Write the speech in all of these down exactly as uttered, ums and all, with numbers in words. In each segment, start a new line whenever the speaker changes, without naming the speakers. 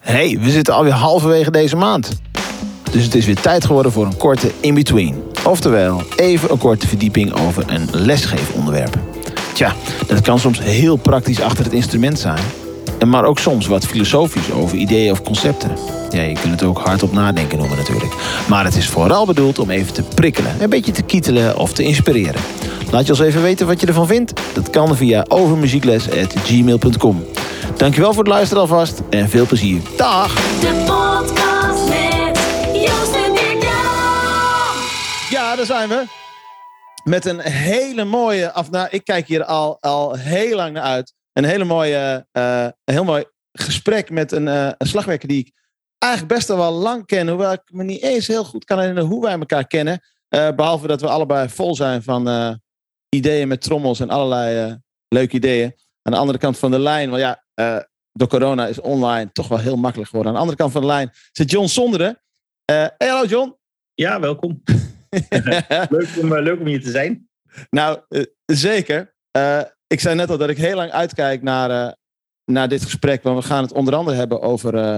Hey, we zitten alweer halverwege deze maand. Dus het is weer tijd geworden voor een korte in-between. Oftewel, even een korte verdieping over een lesgeefonderwerp. Tja, dat kan soms heel praktisch achter het instrument zijn. Maar ook soms wat filosofisch over ideeën of concepten. Ja, je kunt het ook hardop nadenken noemen natuurlijk. Maar het is vooral bedoeld om even te prikkelen, een beetje te kietelen of te inspireren. Laat je ons even weten wat je ervan vindt. Dat kan via overmuziekles at gmail punt com. Dankjewel voor het luisteren alvast en veel plezier. Dag!
De podcast met Joost en Dirk-Jan.
Ja, daar zijn we. Met een hele mooie, af, nou, ik kijk hier al, al heel lang naar uit. Een hele mooie, uh, een heel mooi gesprek met een, uh, een slagwerker die ik eigenlijk best wel lang ken. Hoewel ik me niet eens heel goed kan herinneren hoe wij elkaar kennen. Uh, behalve dat we allebei vol zijn van uh, ideeën met trommels en allerlei uh, leuke ideeën. Aan de andere kant van de lijn, want ja, uh, door corona is online toch wel heel makkelijk geworden. Aan de andere kant van de lijn zit John Sonderen. Uh, hey, hallo John.
Ja, welkom. leuk, om, uh, leuk om hier te zijn.
Nou, uh, zeker. Uh, ik zei net al dat ik heel lang uitkijk naar, uh, naar dit gesprek. Want we gaan het onder andere hebben over uh,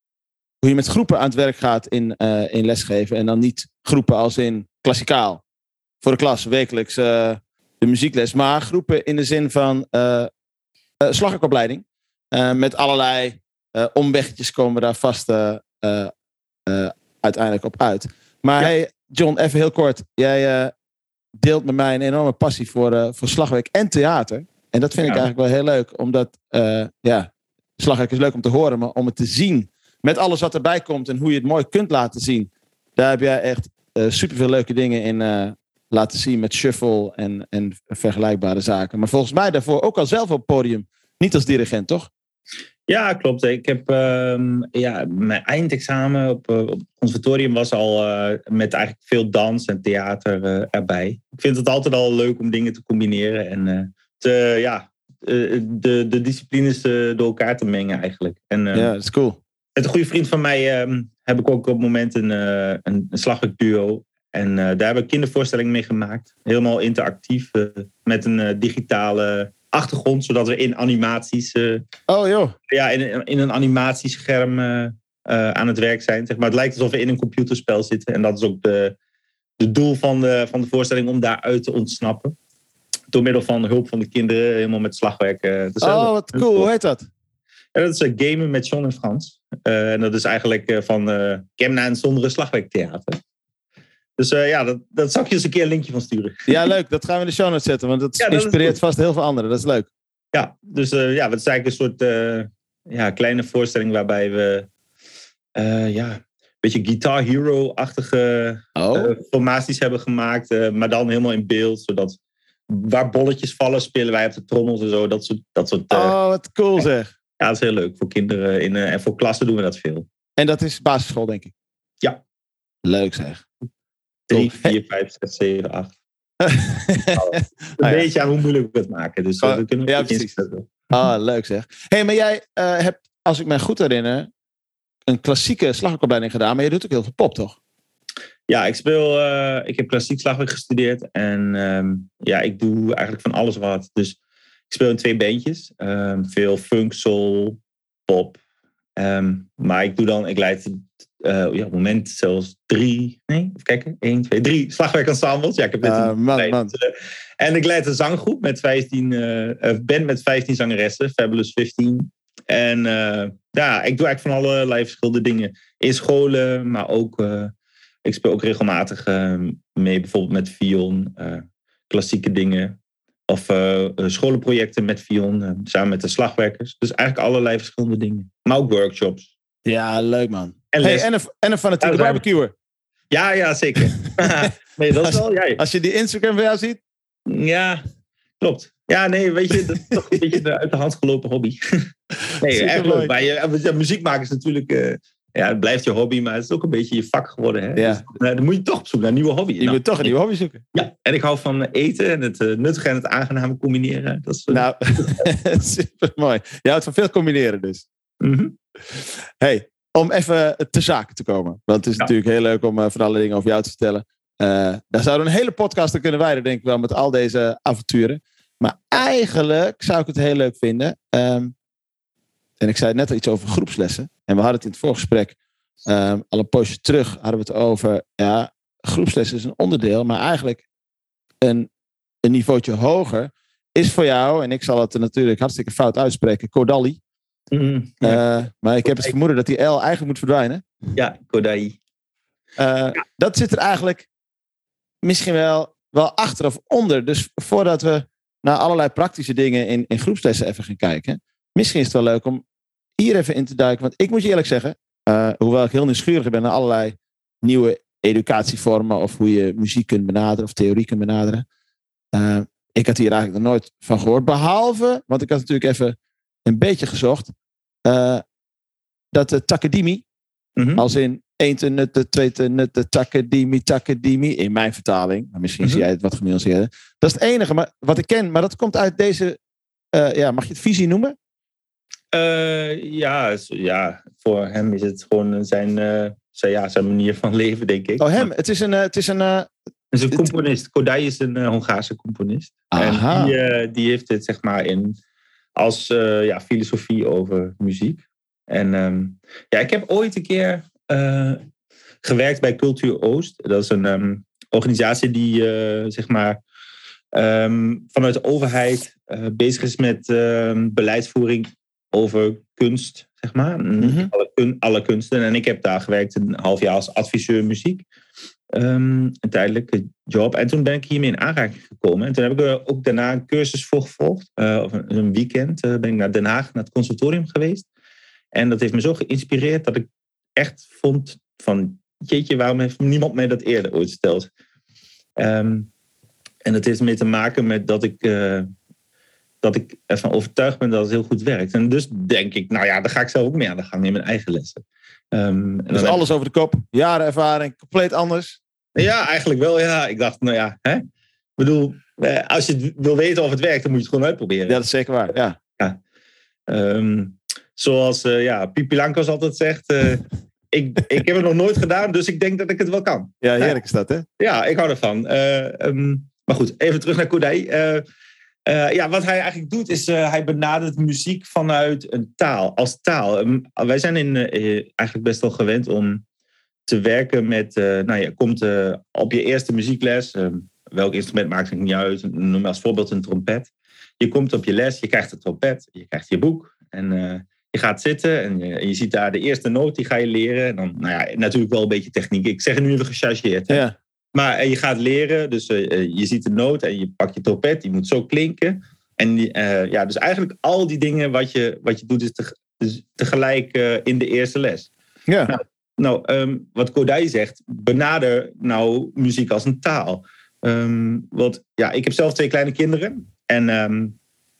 hoe je met groepen aan het werk gaat in, uh, in lesgeven. En dan niet groepen als in klassikaal. Voor de klas, wekelijks uh, de muziekles. Maar groepen in de zin van uh, uh, slagwerkopleiding. Uh, met allerlei uh, omweggetjes komen we daar vast uh, uh, uh, uiteindelijk op uit. Maar ja. Hey, John, even heel kort. Jij uh, deelt met mij een enorme passie voor, uh, voor slagwerk en theater. En dat vind ja. ik eigenlijk wel heel leuk. Omdat, uh, ja, slagwerk is leuk om te horen. Maar om het te zien met alles wat erbij komt en hoe je het mooi kunt laten zien. Daar heb jij echt uh, superveel leuke dingen in uh, laten zien met shuffle en, en vergelijkbare zaken. Maar volgens mij daarvoor ook al zelf op het podium. Niet als dirigent, toch?
Ja, klopt. Ik heb um, ja, mijn eindexamen op, uh, op het conservatorium was al uh, met eigenlijk veel dans en theater uh, erbij. Ik vind het altijd al leuk om dingen te combineren en uh, te, ja, uh, de, de disciplines uh, door elkaar te mengen eigenlijk. En, uh,
ja, dat is cool.
Met een goede vriend van mij um, heb ik ook op het moment een, uh, een, een slagwerkduo. En uh, daar hebben we kindervoorstelling mee gemaakt. Helemaal interactief uh, met een uh, digitale achtergrond, zodat we in animaties uh,
oh, joh.
Ja, in, in een animatiescherm uh, uh, aan het werk zijn. Zeg maar. Het lijkt alsof we in een computerspel zitten. En dat is ook de, de doel van de, van de voorstelling om daaruit te ontsnappen. Door middel van hulp van de kinderen, helemaal met slagwerk. Uh, dus
oh, wat cool. Hoe heet dat?
Ja, dat is uh, Gamen met John en Frans. Uh, en dat is eigenlijk uh, van uh, Kemna en Sonderen slagwerktheater. Dus uh, ja, dat, dat zou ik je eens een keer een linkje van sturen.
Ja, leuk. Dat gaan we in de show notes zetten. Want dat ja, dat inspireert vast heel veel anderen. Dat is leuk.
Ja, dus uh, ja, het is eigenlijk een soort uh, ja, kleine voorstelling waarbij we uh, ja, een beetje Guitar Hero-achtige
oh.
uh, formaties hebben gemaakt. Uh, maar dan helemaal in beeld. Zodat waar bolletjes vallen, spelen wij op de trommels en zo. Dat soort, dat soort, uh,
oh, wat cool zeg.
Ja, dat is heel leuk. Voor kinderen in, uh, en voor klassen doen we dat veel.
En dat is basisschool, denk ik?
Ja.
Leuk zeg.
drie, vier, vijf, zes, zeven, acht. Een ah, beetje ja. aan hoe moeilijk we het maken. Dus uh, we kunnen
ja, precies. Ah, leuk zeg. Hey, maar jij uh, hebt, als ik me goed herinner, een klassieke slagwerkopleiding gedaan. Maar je doet ook heel veel pop, toch?
Ja, ik speel. Uh, ik heb klassiek slagwerk gestudeerd. En um, ja, ik doe eigenlijk van alles wat. Dus ik speel in twee bandjes. Um, veel funk, soul, pop. Um, maar ik doe dan, ik leid uh, ja, op het moment zelfs drie, nee, even kijken, één, twee, drie slagwerkensembles. Ja, ik heb net
uh,
een
man, man.
Uh, en ik leid een zanggroep met vijftien, uh, band met vijftien zangeressen, Fabulous vijftien. En uh, ja, ik doe eigenlijk van allerlei verschillende dingen. In scholen, maar ook, uh, ik speel ook regelmatig uh, mee, bijvoorbeeld met viool, uh, klassieke dingen. Of uh, scholenprojecten met viool, uh, samen met de slagwerkers. Dus eigenlijk allerlei verschillende dingen. Maar ook workshops.
Ja, leuk man.
En,
hey, en, een, en een fanatieke ja, barbecuer.
Ja, ja, zeker. nee, dat is wel jij.
Als je die Instagram van jou ziet.
Ja, klopt. Ja, nee, weet je, dat is toch een beetje de uit de hand gelopen hobby. nee, echt leuk. Maar je, ja, muziek maken is natuurlijk... Uh, ja, het blijft je hobby, maar het is ook een beetje je vak geworden. Hè?
Ja.
Dus, uh, dan moet je toch op zoek naar een nieuwe hobby.
Je
nou,
moet toch een nieuwe hobby zoeken.
Ja, en ik hou van eten en het uh, nuttige en het aangename combineren. Dat is, uh,
nou, super mooi. Je houdt van veel combineren dus.
Mm-hmm.
Hey, om even te zaken te komen. Want het is ja. natuurlijk heel leuk om uh, van alle dingen over jou te vertellen. Uh, daar zouden we een hele podcast aan kunnen wijden, denk ik wel, met al deze avonturen. Maar eigenlijk zou ik het heel leuk vinden. Um, en ik zei net al iets over groepslessen. En we hadden het in het voorgesprek um, al een poosje terug. Hadden we het over, ja, groepslessen is een onderdeel. Maar eigenlijk een, een niveautje hoger is voor jou, en ik zal het natuurlijk hartstikke fout uitspreken, Kodali.
Mm, ja.
Uh, maar ik heb het vermoeden dat die L eigenlijk moet verdwijnen.
Ja, Kodai.
Uh, ja. Dat zit er eigenlijk misschien wel, wel achter of onder. Dus voordat we naar allerlei praktische dingen in, in groepslessen even gaan kijken. Misschien is het wel leuk om hier even in te duiken. Want ik moet je eerlijk zeggen, uh, hoewel ik heel nieuwsgierig ben naar allerlei nieuwe educatievormen. Of hoe je muziek kunt benaderen of theorie kunt benaderen. Uh, ik had hier eigenlijk nog nooit van gehoord. Behalve, want ik had natuurlijk even een beetje gezocht. Uh, dat de takadimi, mm-hmm. als in één te nutten, twee te nutten, takadimi, takadimi. In mijn vertaling, maar misschien mm-hmm. zie jij het wat genuanceerder. Dat is het enige maar, wat ik ken. Maar dat komt uit deze, uh, ja, mag je het visie noemen?
Uh, ja, ja, voor hem is het gewoon zijn, uh, zijn, ja, zijn manier van leven, denk ik.
Oh, hem? Het is een... Uh, het is een uh,
Het is een componist. Kodai is een uh, Hongaarse componist. Aha. En die, uh, die heeft het, zeg maar, in als uh, ja, filosofie over muziek. En um, ja, ik heb ooit een keer uh, gewerkt bij Cultuur Oost. Dat is een um, organisatie die, uh, zeg maar, um, vanuit de overheid uh, bezig is met uh, beleidsvoering over kunst, zeg maar. Mm-hmm. Alle, kun, alle kunsten. En ik heb daar gewerkt een half jaar als adviseur muziek. Um, een tijdelijke job. En toen ben ik hiermee in aanraking gekomen. En toen heb ik er ook daarna een cursus voor gevolgd. Uh, of een, een weekend uh, ben ik naar Den Haag, naar het conservatorium geweest. En dat heeft me zo geïnspireerd dat ik echt vond van... Jeetje, waarom heeft niemand mij dat eerder ooit gesteld? Um, en dat heeft mee te maken met dat ik... Uh, dat ik ervan overtuigd ben dat het heel goed werkt. En dus denk ik, nou ja, daar ga ik zelf ook mee aan de gang in mijn eigen lessen. Um, en
dus alles heb... over de kop, jaren ervaring, compleet anders?
Ja, eigenlijk wel, ja. Ik dacht, nou ja, hè? Ik bedoel, als je wil weten of het werkt, dan moet je het gewoon uitproberen.
Ja, dat is zeker waar, ja.
ja. Um, zoals uh, ja, Pipi Langkous altijd zegt, uh, ik, ik heb het nog nooit gedaan, dus ik denk dat ik het wel kan.
Ja, heerlijk is dat, hè?
Ja, ik hou ervan. Uh, um, maar goed, even terug naar Kodai. Uh, Uh, ja, wat hij eigenlijk doet is, uh, hij benadert muziek vanuit een taal, als taal. Um, wij zijn in, uh, eigenlijk best wel gewend om te werken met, uh, nou ja, komt uh, op je eerste muziekles, uh, welk instrument maakt het niet uit, noem als voorbeeld een trompet. Je komt op je les, je krijgt de trompet, je krijgt je boek en uh, je gaat zitten en je, en je ziet daar de eerste noot, die ga je leren. En dan, nou ja, natuurlijk wel een beetje techniek. Ik zeg het nu even gechargeerd.
Ja.
Maar je gaat leren, dus uh, je ziet de noot en je pakt je trompet, die moet zo klinken. En die, uh, ja, dus eigenlijk al die dingen wat je, wat je doet is te, dus tegelijk uh, in de eerste les.
Ja.
Nou, nou um, wat Kodai zegt, benader nou muziek als een taal. Um, want ja, ik heb zelf twee kleine kinderen. En um,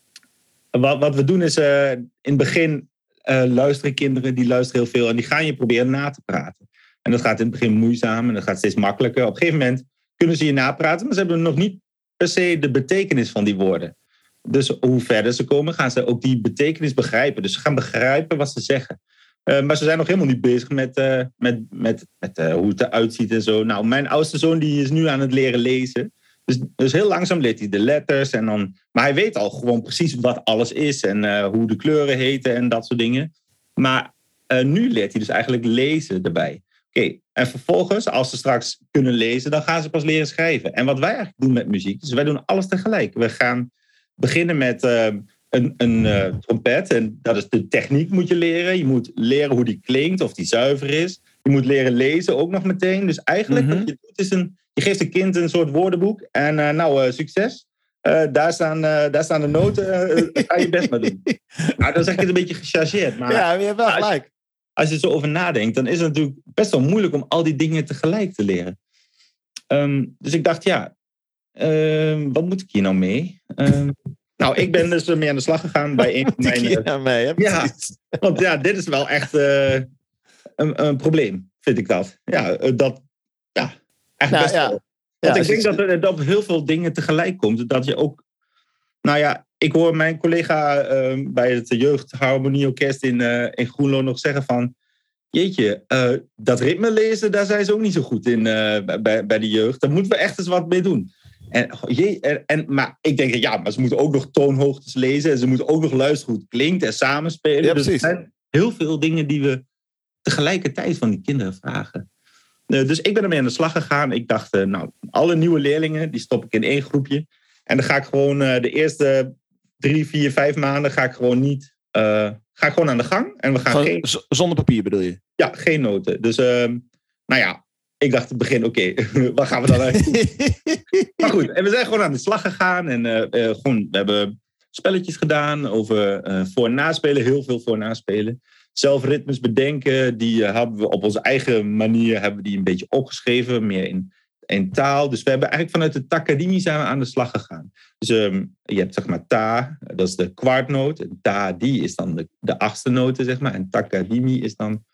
wat, wat we doen is, uh, in het begin uh, luisteren kinderen, die luisteren heel veel en die gaan je proberen na te praten. En dat gaat in het begin moeizaam en dat gaat steeds makkelijker. Op een gegeven moment kunnen ze je napraten, maar ze hebben nog niet per se de betekenis van die woorden. Dus hoe verder ze komen, gaan ze ook die betekenis begrijpen. Dus ze gaan begrijpen wat ze zeggen. Uh, maar ze zijn nog helemaal niet bezig met, uh, met, met, met uh, hoe het eruit ziet en zo. Nou, mijn oudste zoon die is nu aan het leren lezen. Dus, dus heel langzaam leert hij de letters. En dan, maar hij weet al gewoon precies wat alles is en uh, hoe de kleuren heten en dat soort dingen. Maar uh, nu leert hij dus eigenlijk lezen erbij. Oké, okay. En vervolgens, als ze straks kunnen lezen, dan gaan ze pas leren schrijven. En wat wij eigenlijk doen met muziek, dus wij doen alles tegelijk. We gaan beginnen met uh, een, een uh, trompet. En dat is de techniek moet je leren. Je moet leren hoe die klinkt, of die zuiver is. Je moet leren lezen ook nog meteen. Dus eigenlijk mm-hmm. wat je doet is een... Je geeft een kind een soort woordenboek. En uh, nou, uh, succes. Uh, daar, staan, uh, daar staan de noten. Uh, ga je best maar doen. Nou, dan zeg ik het een beetje gechargeerd. Maar
ja, je hebt wel gelijk.
Als je er zo over nadenkt, dan is het natuurlijk best wel moeilijk om al die dingen tegelijk te leren. Um, dus ik dacht, ja, um, wat moet ik hier nou mee? Um, nou, ik ben dus mee aan de slag gegaan bij een van mijn...
Uh, ja, mee, hè?
Ja, want ja, dit is wel echt uh, een, een probleem, vind ik dat. Ja, dat, ja, echt nou, best ja. wel. Want ja, ik denk dat er dat heel veel dingen tegelijk komt. Dat je ook, nou ja, ik hoor mijn collega uh, bij het Jeugdharmonieorkest in, uh, in Groenlo nog zeggen van... Jeetje, uh, dat ritme lezen, daar zijn ze ook niet zo goed in uh, bij, bij de jeugd. Daar moeten we echt eens wat mee doen. En, oh jee, en, en, maar ik denk, ja, maar ze moeten ook nog toonhoogtes lezen. En ze moeten ook nog luisteren hoe het klinkt en samenspelen.
Ja,
dus er
precies.
zijn heel veel dingen die we tegelijkertijd van die kinderen vragen. Uh, dus ik ben ermee aan de slag gegaan. Ik dacht, uh, nou, alle nieuwe leerlingen, die stop ik in één groepje. En dan ga ik gewoon uh, de eerste drie, vier, vijf maanden ga ik gewoon niet... Uh, ga ik gewoon aan de gang. En we gaan
Gewoon
geen...
z- zonder papier bedoel je?
Ja, geen noten. Dus, uh, nou ja, ik dacht in het begin, oké, okay, waar gaan we dan uit? Maar goed, en we zijn gewoon aan de slag gegaan. En uh, uh, gewoon, we hebben spelletjes gedaan over uh, voor- en naspelen. Heel veel voor- en naspelen. Zelf ritmes bedenken. Die uh, hebben we op onze eigen manier hebben we die een beetje opgeschreven. Meer in, in taal. Dus we hebben eigenlijk vanuit de Takadimi zijn we aan de slag gegaan. Dus um, je hebt zeg maar ta, dat is de kwartnoot. En ta, die is dan de, de achtste noten, zeg maar. En Takadimi is dan...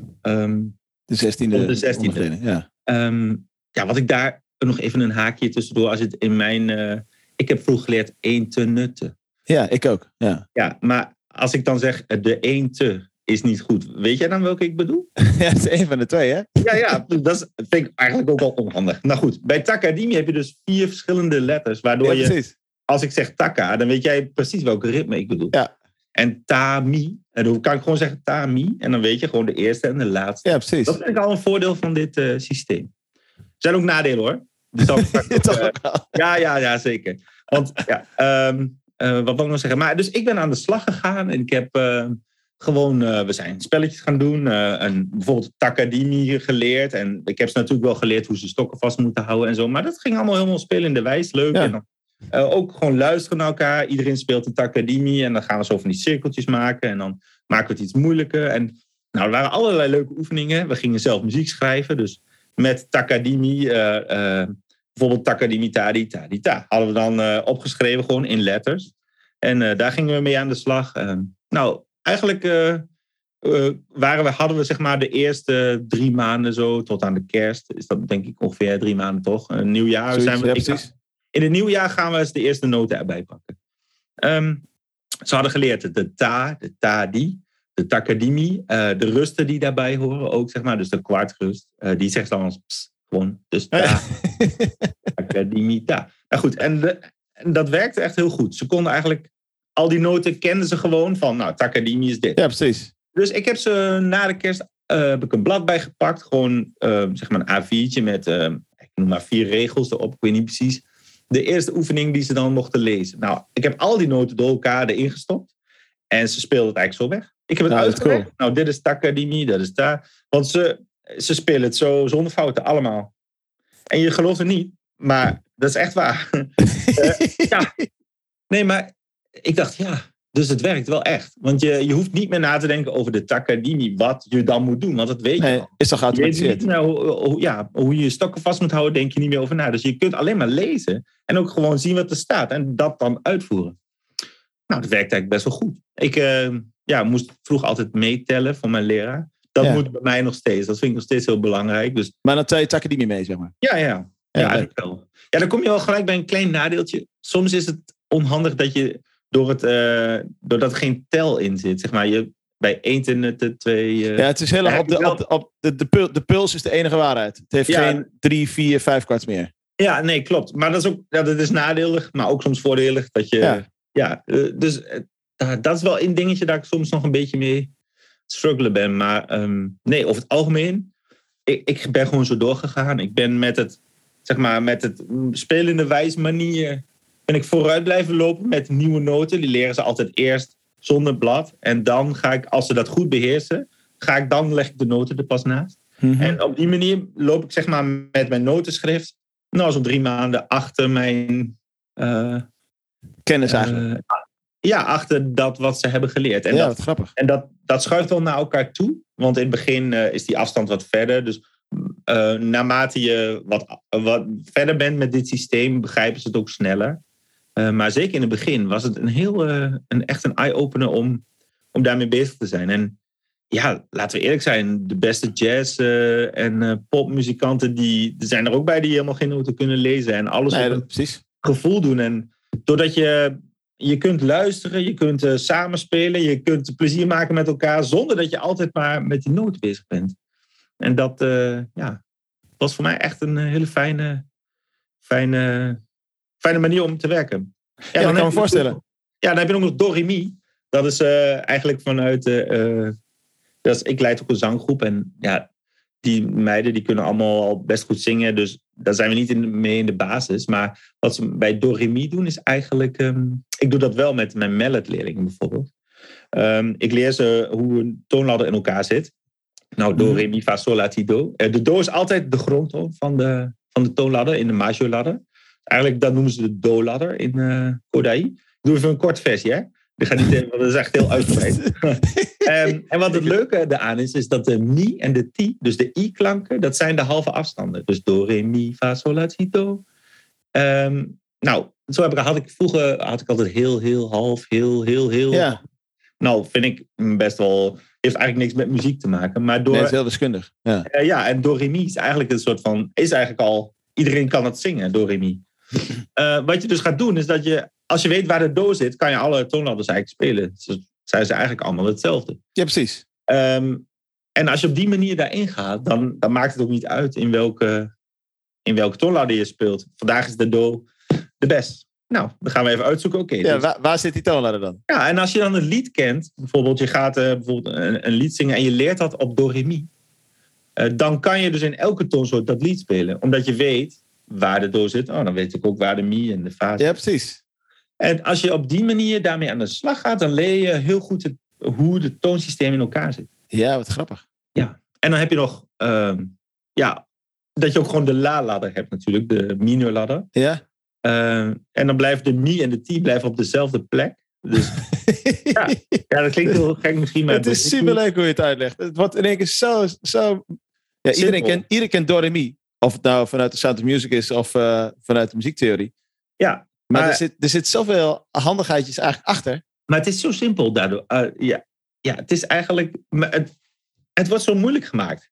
Um,
De zestiende.
de zestiende.
Ja.
Um, ja, wat ik daar nog even een haakje tussendoor. Als het in mijn... Uh, ik heb vroeger geleerd één te nutten.
ja, ik ook. Ja.
Ja, maar als ik dan zeg de één te is niet goed. Weet jij dan welke ik bedoel?
ja, het is één van de twee, hè?
Ja, ja, dat is, vind ik eigenlijk ook wel onhandig. Nou goed, bij Takadimi heb je dus vier verschillende letters. Waardoor
Ja,
je,
precies.
als ik zeg Taka, dan weet jij precies welke ritme ik bedoel.
Ja.
En Tami, en dan kan ik gewoon zeggen Tami. En dan weet je gewoon de eerste en de laatste.
Ja, precies.
Dat vind ik al een voordeel van dit uh, systeem. Er zijn ook nadelen hoor. Dus dan, ook,
Toch
uh,
ook wel.
ja, ja, ja, zeker. Want ja, um, uh, wat wil ik nog zeggen? Maar dus ik ben aan de slag gegaan en ik heb uh, gewoon, uh, we zijn spelletjes gaan doen. Uh, en bijvoorbeeld Takadimi geleerd. En ik heb ze natuurlijk wel geleerd hoe ze stokken vast moeten houden en zo. Maar dat ging allemaal helemaal spelen in de wijs. Leuk.
Ja.
En dan, uh, ook gewoon luisteren naar elkaar. Iedereen speelt een Takadimi. En dan gaan we zo van die cirkeltjes maken. En dan maken we het iets moeilijker. En nou, er waren allerlei leuke oefeningen. We gingen zelf muziek schrijven. Dus met Takadimi... Uh, uh, Bijvoorbeeld Takadimi tadi tadi ta. Hadden we dan uh, opgeschreven gewoon in letters. En uh, daar gingen we mee aan de slag. Uh, nou, eigenlijk uh, uh, waren we, hadden we zeg maar de eerste drie maanden zo tot aan de kerst. Is dat denk ik ongeveer drie maanden toch? Een nieuwjaar.
Zoiets,
zijn we,
ja,
ik,
precies.
in het nieuwjaar gaan we eens de eerste noten erbij pakken. Um, ze hadden geleerd de ta, de tadi, de Takadimi. Uh, de rusten die daarbij horen ook zeg maar. Dus de kwartrust. Uh, die zegt dan als ps. Gewoon, dus ta, Akademita. Nou goed, en, de, en dat werkte echt heel goed. Ze konden eigenlijk, al die noten kenden ze gewoon van, nou, Takadimi is dit.
Ja, precies.
Dus ik heb ze na de kerst, uh, heb ik een blad bijgepakt. Gewoon, uh, zeg maar een A viertje met, uh, ik noem maar vier regels erop, ik weet niet precies. De eerste oefening die ze dan mochten lezen. Nou, ik heb al die noten door elkaar erin gestopt. En ze speelden het eigenlijk zo weg. Ik heb het
Nou,
uitgelegd.
cool.
Nou, dit is Takadimi, dat is daar. Want ze... Ze spelen het zo zonder fouten, allemaal. En je gelooft het niet, maar dat is echt waar. uh, ja. Nee, maar ik dacht, ja, dus het werkt wel echt. Want je, je hoeft niet meer na te denken over de Takadimi, wat je dan moet doen, want dat weet je
Nee,
al.
is toch
Je weet
geautomatiseerd?
niet, nou, hoe, hoe, ja, hoe je je stokken vast moet houden, denk je niet meer over na. Dus je kunt alleen maar lezen en ook gewoon zien wat er staat en dat dan uitvoeren. Nou, dat werkt eigenlijk best wel goed. Ik uh, ja, moest vroeger altijd meetellen van mijn leraar. Dat
Ja.
moet bij mij nog steeds. Dat vind ik nog steeds heel belangrijk. Dus
Maar dan tel je takken die niet mee, zeg maar.
ja, ja. Ja,
Ja,
eigenlijk wel. Ja, dan kom je wel gelijk bij een klein nadeeltje. Soms is het onhandig dat je door het, uh, doordat er geen tel in zit, zeg maar, je bij één te nutten, twee... Uh,
Ja, het is heel erg
Ja,
op de,
wel-
op de, op de, de, pul- de puls is de enige waarheid. Het heeft
Ja.
geen drie, vier, vijf kwarts meer.
Ja, nee, klopt. Maar dat is ook ja, dat is nadelig, maar ook soms voordelig. Dat je,
Ja.
ja. uh, dus uh, dat is wel een dingetje daar ik soms nog een beetje mee struggelen ben. Maar um, nee, over het algemeen, ik, ik ben gewoon zo doorgegaan. Ik ben met het, zeg maar, met het spelende wijs manier, ben ik vooruit blijven lopen met nieuwe noten. Die leren ze altijd eerst zonder blad. En dan ga ik, als ze dat goed beheersen, ga ik dan leg ik de noten er pas naast.
Mhm.
En op die manier loop ik zeg maar met mijn notenschrift, nou zo'n drie maanden achter mijn... Uh,
Kennis eigenlijk.
uh, ja, achter dat wat ze hebben geleerd. En,
ja,
dat,
wat grappig.
en dat, dat schuift wel naar elkaar toe. Want in het begin uh, is die afstand wat verder. Dus uh, naarmate je wat, wat verder bent met dit systeem, begrijpen ze het ook sneller. Uh, maar zeker in het begin was het een heel, uh, een, echt een eye-opener om, om daarmee bezig te zijn. En ja, laten we eerlijk zijn, de beste jazz uh, en uh, popmuzikanten, die er zijn er ook bij die helemaal geen noten kunnen lezen. En alles
Nee,
op
dat,
een
precies.
gevoel doen. En doordat je, je kunt luisteren, je kunt uh, samenspelen, je kunt plezier maken met elkaar, zonder dat je altijd maar met die noten bezig bent. En dat uh, ja, was voor mij echt een hele fijne, fijne fijne manier om te werken.
Ja,
dan
dat kan
heb
me
je
voorstellen.
ook- Ja, dan heb je ook nog Do Re Mi. Dat is uh, eigenlijk vanuit... Uh, dat is, ik leid ook een zanggroep. En ja, die meiden die kunnen allemaal al best goed zingen. Dus daar zijn we niet in, mee in de basis. Maar wat ze bij Do Re Mi doen is eigenlijk... Um, ik doe dat wel met mijn melodleerlingen bijvoorbeeld. Um, ik leer ze hoe een toonladder in elkaar zit. Nou, Do, Re, Mi, Fa, Sol, La, Ti, Do. Uh, de Do is altijd de grondtoon van de, van de toonladder in de majorladder. Eigenlijk, dat noemen ze de Do-ladder in uh, Kodály. Ik doe even een kort versie, hè. Dat, gaat niet even, want dat is echt heel uitgebreid. um, en wat het leuke daaraan is, is dat de Mi en de Ti, dus de I-klanken, dat zijn de halve afstanden. Dus Do, Re, Mi, Fa, Sol, La, Ti, Do. Um, nou, zo heb ik, had ik vroeger had ik altijd heel, heel, half, heel, heel, heel...
Ja.
Nou, vind ik best wel... heeft eigenlijk niks met muziek te maken. Maar door,
Nee, het is heel wiskundig. Ja,
uh, ja en Do Re Mi is eigenlijk een soort van... is eigenlijk al... iedereen kan het zingen, Do Re Mi. Uh, wat je dus gaat doen, is dat je... als je weet waar de Do zit, kan je alle toonladders eigenlijk spelen. Dus zijn ze eigenlijk allemaal hetzelfde.
ja precies.
Um, en als je op die manier daarin gaat... dan, dan maakt het ook niet uit in welke, in welke toonladder je speelt. Vandaag is de Do de best. Nou, dan gaan we even uitzoeken. Oké. Okay,
ja,
dus,
waar, waar zit die toonladder dan?
ja, en als je dan het lied kent, bijvoorbeeld je gaat uh, bijvoorbeeld een, een lied zingen en je leert dat op Do Re Mi, uh, dan kan je dus in elke toonsoort dat lied spelen, omdat je weet waar de Do zit. Oh, dan weet ik ook waar de Mi en de Fa zit.
Ja, precies.
En als je op die manier daarmee aan de slag gaat, dan leer je heel goed het, hoe het toonsysteem in elkaar zit.
Ja, wat grappig.
Ja. En dan heb je nog, uh, ja, dat je ook gewoon de La-ladder hebt natuurlijk, de minor-ladder.
Ja.
Uh, en dan blijven de Mi en de Ti blijven op dezelfde plek. Dus ja, ja, dat klinkt heel gek misschien. Maar
het is superleuk hoe je het uitlegt. Het wordt in één keer zo... zo... Ja, iedereen, kent, iedereen kent Do Re Mi. Of het nou vanuit de Sound of Music is of uh, vanuit de muziektheorie.
Ja.
Maar,
Maar
er, zit, er zit zoveel handigheidjes eigenlijk achter.
Maar het is zo simpel daardoor. Uh, ja. ja, het is eigenlijk... Het, het wordt zo moeilijk gemaakt.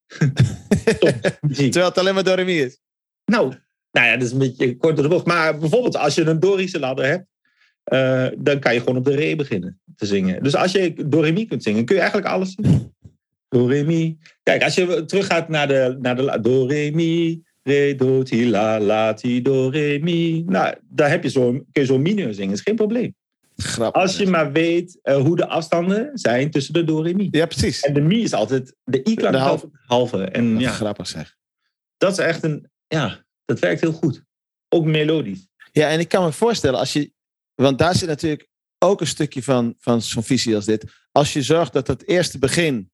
Terwijl het alleen maar Do Re Mi is.
Nou... Nou ja, dat is een beetje kort door de bocht. Maar bijvoorbeeld als je een Dorische ladder hebt, uh, dan kan je gewoon op de Re beginnen te zingen. Dus als je Do Re Mi kunt zingen, kun je eigenlijk alles zingen. Do Re Mi. Kijk, als je teruggaat naar de, naar de Do Re Mi, Re, Do, Ti, La, La, Ti, Do, Re, Mi. Nou, daar heb je zo, kun je zo'n mineur zingen, is geen probleem.
Grappig.
Als je maar weet uh, hoe de afstanden zijn tussen de Do, Re, Mi.
Ja, precies.
En de Mi is altijd de I-klank halve. halve. En, ja,
grappig zeg.
Dat is echt een... Ja, dat werkt heel goed. Ook melodisch.
Ja, en ik kan me voorstellen als je... Want daar zit natuurlijk ook een stukje van, van zo'n visie als dit. Als je zorgt dat het eerste begin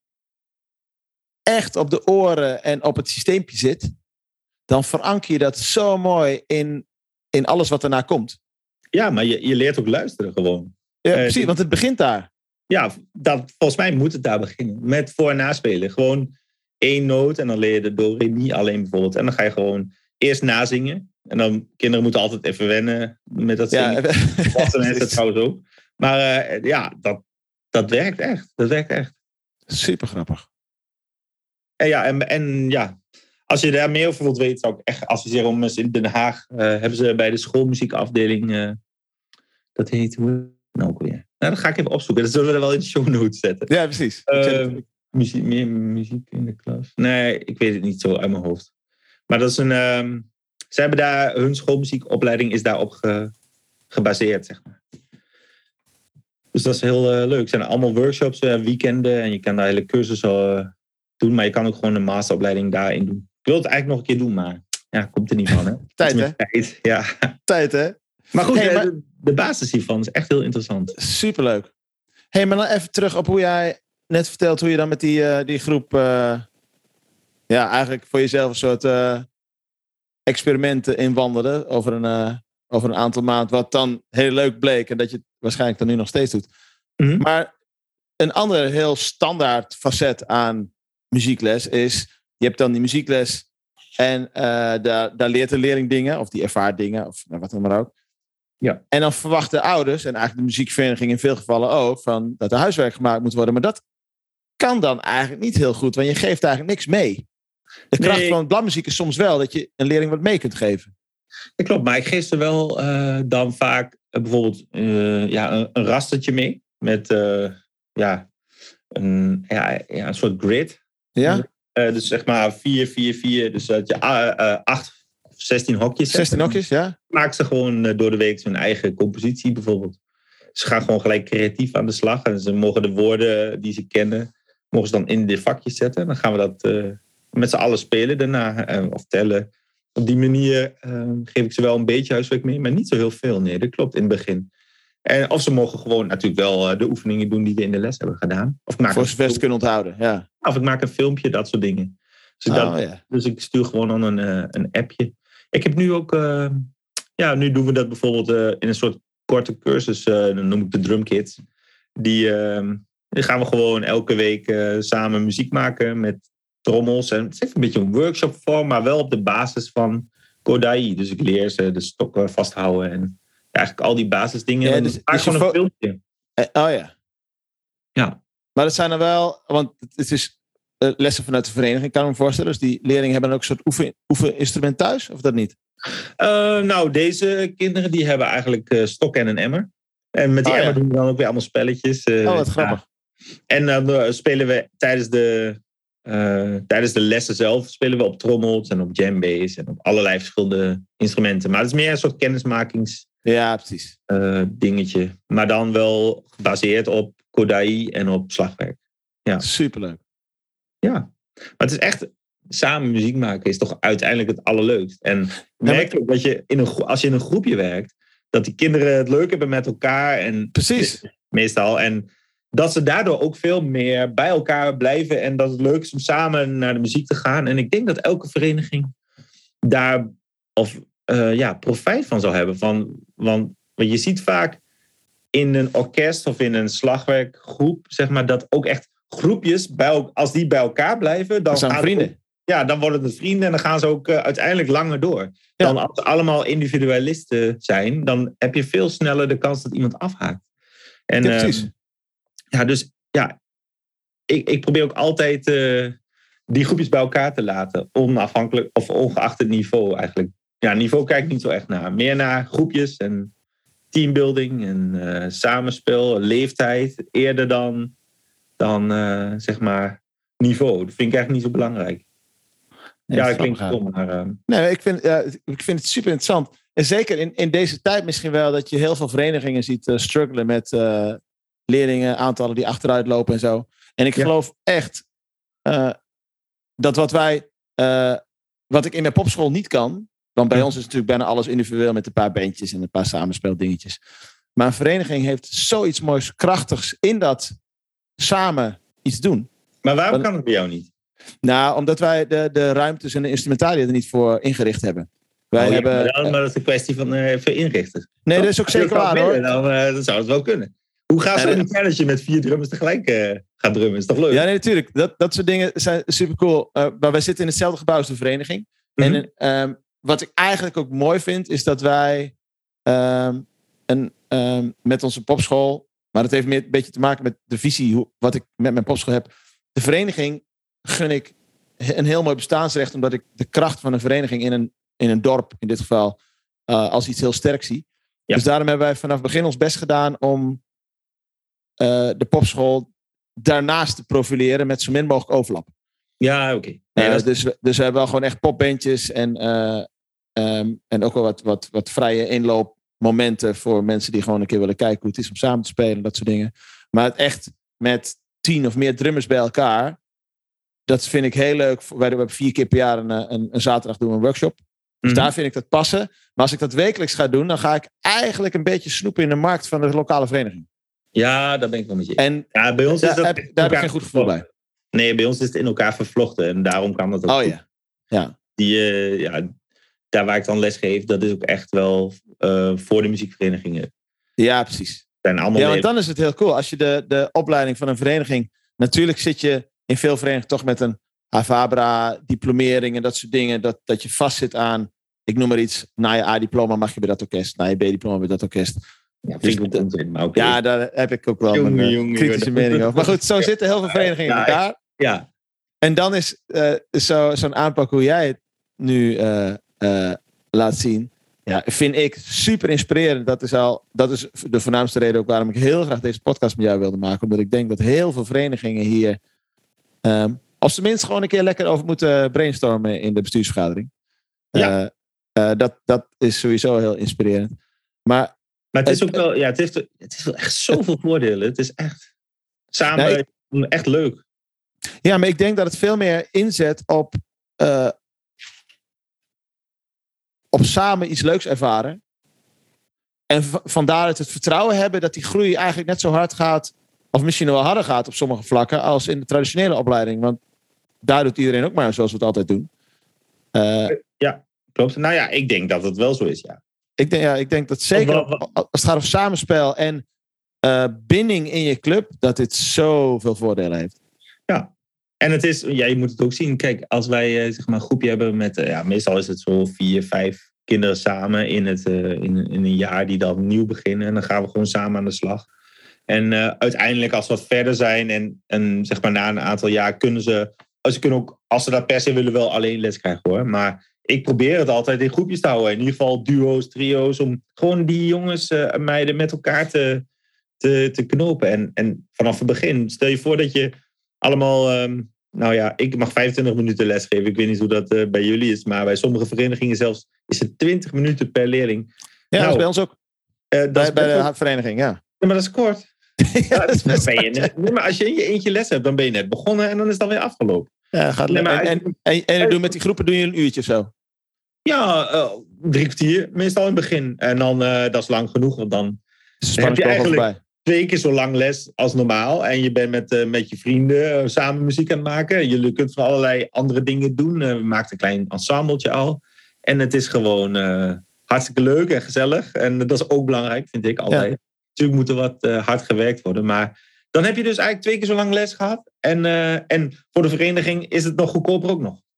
echt op de oren en op het systeempje zit, dan veranker je dat zo mooi in, in alles wat erna komt.
Ja, maar je, je leert ook luisteren gewoon.
Ja,
uh,
precies, want het begint daar.
Ja, dat, volgens mij moet het daar beginnen. Met voor- en naspelen. Gewoon één noot en dan leer je de Do, Re, Mi alleen bijvoorbeeld. En dan ga je gewoon eerst nazingen. En dan, kinderen moeten altijd even wennen met dat zingen. Ja, volwassenen heeft het trouwens ook. Maar uh, ja, dat, dat werkt echt. Dat werkt echt.
Super grappig.
En ja, en, en ja, als je daar meer over wilt weten, zou ik echt adviseren om eens in Den Haag, uh, hebben ze bij de schoolmuziekafdeling, uh, dat heet, hoe nou ook weer? Nou, dat ga ik even opzoeken. Dat zullen we er wel in de show notes zetten.
Ja, precies.
Uh, muziek, meer muziek in de klas? Nee, ik weet het niet zo uit mijn hoofd. Maar dat is een, um, ze hebben daar, hun schoolmuziekopleiding is daarop ge, gebaseerd, zeg maar. Dus dat is heel uh, leuk. Er zijn allemaal workshops, uh, weekenden en je kan daar hele cursussen uh, doen, maar je kan ook gewoon een masteropleiding daarin doen. Ik wil het eigenlijk nog een keer doen, maar ja, komt er niet van, hè?
Tijd, hè?
Tijd, ja.
Tijd, hè?
Maar goed,
hey, maar...
De, de basis hiervan is echt heel interessant.
Superleuk. Hé, hey, maar dan even terug op hoe jij net vertelt hoe je dan met die, uh, die groep, uh, ja, eigenlijk voor jezelf een soort uh, experimenten inwandelde over een, uh, over een aantal maanden, wat dan heel leuk bleek en dat je het waarschijnlijk dan nu nog steeds doet.
Mm-hmm.
Maar een ander heel standaard facet aan muziekles is, je hebt dan die muziekles en uh, daar, daar leert de leerling dingen, of die ervaart dingen, of nou, wat dan maar ook.
Ja.
En dan verwachten ouders, en eigenlijk de muziekvereniging in veel gevallen ook, van dat er huiswerk gemaakt moet worden. Maar dat kan dan eigenlijk niet heel goed, want je geeft eigenlijk niks mee. De kracht nee. van bladmuziek is soms wel dat je een leerling wat mee kunt geven.
Ja, klopt, maar ik geef ze wel uh, dan vaak uh, bijvoorbeeld uh, ja, een, een rastertje mee. Met uh, ja, een, ja, ja, een soort grid.
Ja?
Uh, dus zeg maar vier, vier, vier. Dus dat je uh, uh, acht zestien hokjes.
zestien
hebt.
hokjes, ja.
Maken ze gewoon uh, door de week hun eigen compositie bijvoorbeeld. Ze gaan gewoon gelijk creatief aan de slag. En ze mogen de woorden die ze kennen, mogen ze dan in de vakjes zetten. Dan gaan we dat uh, met z'n allen spelen daarna. Uh, of tellen. Op die manier uh, geef ik ze wel een beetje huiswerk mee. Maar niet zo heel veel, nee. Dat klopt in het begin. En of ze mogen gewoon natuurlijk wel uh, de oefeningen doen die we in de les hebben gedaan. Of ik maak
Voor zover ze kunnen onthouden, ja.
Of ik maak een filmpje, dat soort dingen. Dus,
Oh,
dat,
ja.
dus ik stuur gewoon dan een, uh, een appje. Ik heb nu ook... Uh, ja, nu doen we dat bijvoorbeeld uh, in een soort korte cursus. Uh, dan noem ik de Drumkids. Die, uh, die gaan we gewoon elke week uh, samen muziek maken met trommels. En het is echt een beetje een workshop vorm, maar wel op de basis van Kodai. Dus ik leer ze de stokken vasthouden en ja, eigenlijk al die basisdingen.
Ja,
Dus,
dus-
dus
dus je
gewoon een
fo-
filmpje.
Eh, oh ja.
Ja.
Maar dat zijn er wel, want het is uh, lessen vanuit de vereniging, kan ik me voorstellen. Dus die leerlingen hebben dan ook een soort oefen, oefeninstrument thuis, of dat niet?
Uh, nou, deze kinderen die hebben eigenlijk uh, stok en een emmer. En met die
Oh, ja.
emmer doen we dan ook weer allemaal spelletjes. Uh,
Oh, wat grappig.
ja. En dan uh, spelen we tijdens de, uh, tijdens de lessen zelf spelen we op trommels en op djembes en op allerlei verschillende instrumenten. Maar het is meer een soort kennismakings
Ja, precies.
uh, dingetje. Maar dan wel gebaseerd op Kodai en op slagwerk. Ja.
Superleuk.
Ja. Maar het is echt... Samen muziek maken is toch uiteindelijk het allerleukst. En je
maar-
merkt ook dat je in een, gro- als je in een groepje werkt, dat die kinderen het leuk hebben met elkaar. En
Precies.
meestal. En dat ze daardoor ook veel meer bij elkaar blijven. En dat het leuk is om samen naar de muziek te gaan. En ik denk dat elke vereniging daar of, uh, ja, profijt van zou hebben. Van, want, want je ziet vaak in een orkest of in een slagwerkgroep, zeg maar, dat ook echt groepjes, bij, el- als die bij elkaar blijven, dan
Dat zijn
gaan
vrienden.
Ook, ja, dan worden het vrienden en dan gaan ze ook uh, uiteindelijk langer door. Dan als ze allemaal individualisten zijn, dan heb je veel sneller de kans dat iemand afhaakt. En,
Ja, precies.
uh, ja, dus ja, ik, ik probeer ook altijd uh, die groepjes bij elkaar te laten, onafhankelijk of ongeacht het niveau eigenlijk. Ja, niveau kijk ik niet zo echt naar. Meer naar groepjes en teambuilding en uh, samenspel, leeftijd, eerder dan, dan uh, zeg maar niveau. Dat vind ik eigenlijk niet zo belangrijk.
Nee,
ja,
dat
dat klinkt
grappig,
stom, maar... Uh,
Nee, ik vind, ja, ik vind het super interessant. En zeker in, in deze tijd misschien wel dat je heel veel verenigingen ziet uh, struggelen met uh, leerlingen, aantallen die achteruit lopen en zo. En ik
Ja.
geloof echt uh, dat wat wij, uh, wat ik in mijn popschool niet kan, want bij
Ja.
ons is natuurlijk bijna alles individueel met een paar bandjes en een paar samenspeeldingetjes. Maar een vereniging heeft zoiets moois krachtigs in dat samen iets doen.
maar waarom
Want-
kan het bij jou niet?
Nou, omdat wij de, de ruimtes en de instrumentaria er niet voor ingericht hebben. Wij
Oh, ja,
hebben.
maar, dan, maar dat is een kwestie van uh, even inrichten.
Nee, dat is ook
Als je
zeker
dat kan
waar hoor.
willen, Dan, uh, dan zou het wel kunnen. Hoe gaaf
En,
zou
uh,
het niet zijn als je met vier drummers tegelijk uh, gaat drummen? Is toch leuk?
Ja, nee, natuurlijk. Dat, dat soort dingen zijn super cool. Uh, maar wij zitten in hetzelfde gebouw als de vereniging.
Mhm.
En um, wat ik eigenlijk ook mooi vind, is dat wij um, een, um, met onze popschool, maar dat heeft meer een beetje te maken met de visie, hoe, wat ik met mijn popschool heb. De vereniging gun ik een heel mooi bestaansrecht, omdat ik de kracht van een vereniging in een, in een dorp, in dit geval, uh, als iets heel sterk zie.
Ja.
Dus daarom hebben wij vanaf het begin ons best gedaan om uh, de popschool daarnaast te profileren met zo min mogelijk overlap.
Ja, oké. Okay. Nee,
Uh,
dat is-
dus, we- dus we hebben wel gewoon echt popbandjes en, uh, um, en ook wel wat, wat, wat vrije inloopmomenten voor mensen die gewoon een keer willen kijken hoe het is om samen te spelen, dat soort dingen. Maar het echt met tien of meer drummers bij elkaar, dat vind ik heel leuk. Wij hebben vier keer per jaar een, een, een zaterdag doen we een workshop. Dus
Mhm.
daar vind ik dat passen. Maar als ik dat wekelijks ga doen, dan ga ik eigenlijk een beetje snoepen in de markt van de lokale vereniging.
Ja, daar ben ik wel met je.
En
Ja, bij ons is
daar,
dat
heb,
in
daar heb ik
elkaar
geen goed gevoel bij.
vervlochten. Nee, bij ons is het in elkaar vervlochten. En daarom kan dat ook
Oh
goed.
ja. Ja.
Die, uh, ja, daar waar ik dan les geef, dat is ook echt wel uh, voor de muziekverenigingen.
Ja, precies.
Zijn allemaal
Ja, want
leden.
dan is het heel cool. Als je de, de opleiding van een vereniging... Natuurlijk zit je in veel verenigingen toch met een Havabra-diplomering en dat soort dingen. Dat, dat je vastzit aan, ik noem maar iets, na je A-diploma mag je bij dat orkest. Na je B-diploma bij dat orkest.
Ja, vind ik ook onzin, maar oké.
Ja, daar heb ik ook wel
Jongen,
mijn uh,
jongen,
kritische
jongen.
mening over. Maar goed, zo zitten heel veel verenigingen in
Ja,
elkaar.
Ja,
En dan is uh, zo, zo'n aanpak hoe jij het nu uh, uh, laat zien... Ja, vind ik super inspirerend. Dat is, al, dat is de voornaamste reden ook waarom ik heel graag deze podcast met jou wilde maken. Omdat ik denk dat heel veel verenigingen hier... Um, als tenminste gewoon een keer lekker over moeten brainstormen in de bestuursvergadering.
Ja.
Uh, Uh, dat, dat is sowieso heel inspirerend. Maar,
maar het is ook wel, ja, het heeft, het is wel echt zoveel voordelen. Het is echt samen nee, ik, echt leuk.
Ja, maar ik denk dat het veel meer inzet op, uh, op samen iets leuks ervaren. En v- vandaar het, het vertrouwen hebben dat die groei eigenlijk net zo hard gaat, of misschien wel harder gaat op sommige vlakken, als in de traditionele opleiding. Want daar doet iedereen ook maar zoals we het altijd doen. Uh,
ja, klopt. Nou ja, ik denk dat het wel zo is, ja.
Ik denk, ja, ik denk dat zeker wat, wat, als het gaat om samenspel en uh, binding in je club, dat dit zoveel voordelen heeft.
Ja, en het is, ja, je moet het ook zien. Kijk, als wij uh, zeg maar een groepje hebben met, uh, ja, meestal is het zo vier, vijf kinderen samen in, het, uh, in, in een jaar die dan nieuw beginnen. En dan gaan we gewoon samen aan de slag. En uh, uiteindelijk als we wat verder zijn en, en zeg maar na een aantal jaar kunnen ze, ze kunnen ook, als ze dat per se willen, wel alleen les krijgen hoor. Maar ik probeer het altijd in groepjes te houden. In ieder geval duo's, trio's, om gewoon die jongens uh, en meiden met elkaar te, te, te knopen. En, en vanaf het begin, stel je voor dat je allemaal, um, nou ja, ik mag vijfentwintig minuten lesgeven. Ik weet niet hoe dat uh, bij jullie is, maar bij sommige verenigingen zelfs is het twintig minuten per leerling.
Ja,
nou,
dat is bij ons ook. Uh, dat bij, is bij de ook... vereniging, ja.
Ja, maar dat is kort. Ja, dat is best ben je net, nee, maar als je in je eentje les hebt, dan ben je net begonnen en dan is het alweer afgelopen.
Ja, gaat nee, maar, en, en, en, en doen met die groepen doe je een uurtje of zo?
Ja, uh, drie kwartier, meestal in het begin. En dan, uh, dat is lang genoeg, want dan heb je eigenlijk twee keer zo lang les als normaal. En je bent met, uh, met je vrienden uh, samen muziek aan het maken. Jullie kunt van allerlei andere dingen doen. Uh, we maken een klein ensembletje al. En het is gewoon uh, hartstikke leuk en gezellig. En dat is ook belangrijk, vind ik altijd. Ja. Natuurlijk moet er wat uh, hard gewerkt worden. Maar dan heb je dus eigenlijk twee keer zo lang les gehad. En, uh, en voor de vereniging is het nog goedkoper ook nog.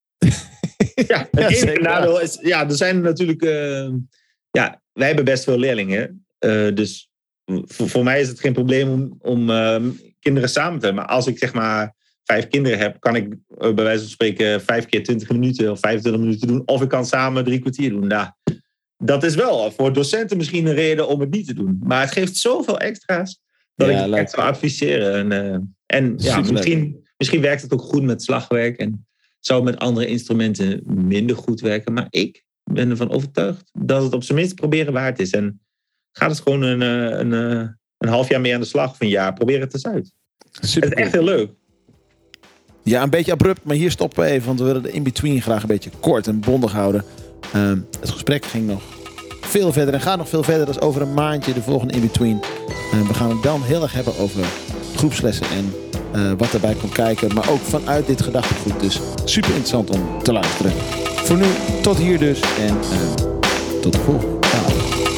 Ja, het enige ja, nadeel is... Ja, er zijn natuurlijk... Uh, ja, wij hebben best veel leerlingen. Uh, dus voor, voor mij is het geen probleem om, om uh, kinderen samen te hebben. Maar als ik zeg maar vijf kinderen heb... kan ik uh, bij wijze van spreken vijf keer twintig minuten of vijfentwintig minuten doen. Of ik kan samen drie kwartier doen. Nou, dat is wel voor docenten misschien een reden om het niet te doen. Maar het geeft zoveel extra's dat ja, ik het echt zou adviseren. En, uh, en ja, misschien, misschien werkt het ook goed met slagwerk en zou met andere instrumenten minder goed werken. Maar ik ben ervan overtuigd dat het op zijn minst proberen waard is. En ga dus gewoon een, een, een, een half jaar mee aan de slag of een jaar. Probeer het eens uit. Super het is echt heel leuk.
Ja, een beetje abrupt, maar hier stoppen we even. Want we willen de in-between graag een beetje kort en bondig houden. Uh, het gesprek ging nog veel verder en gaat nog veel verder. Dat is over een maandje de volgende in-between. Uh, we gaan het dan heel erg hebben over groepslessen en uh, wat erbij komt kijken. Maar ook vanuit dit gedachtegoed. Dus super interessant om te luisteren. Voor nu tot hier dus en uh, tot de volgende.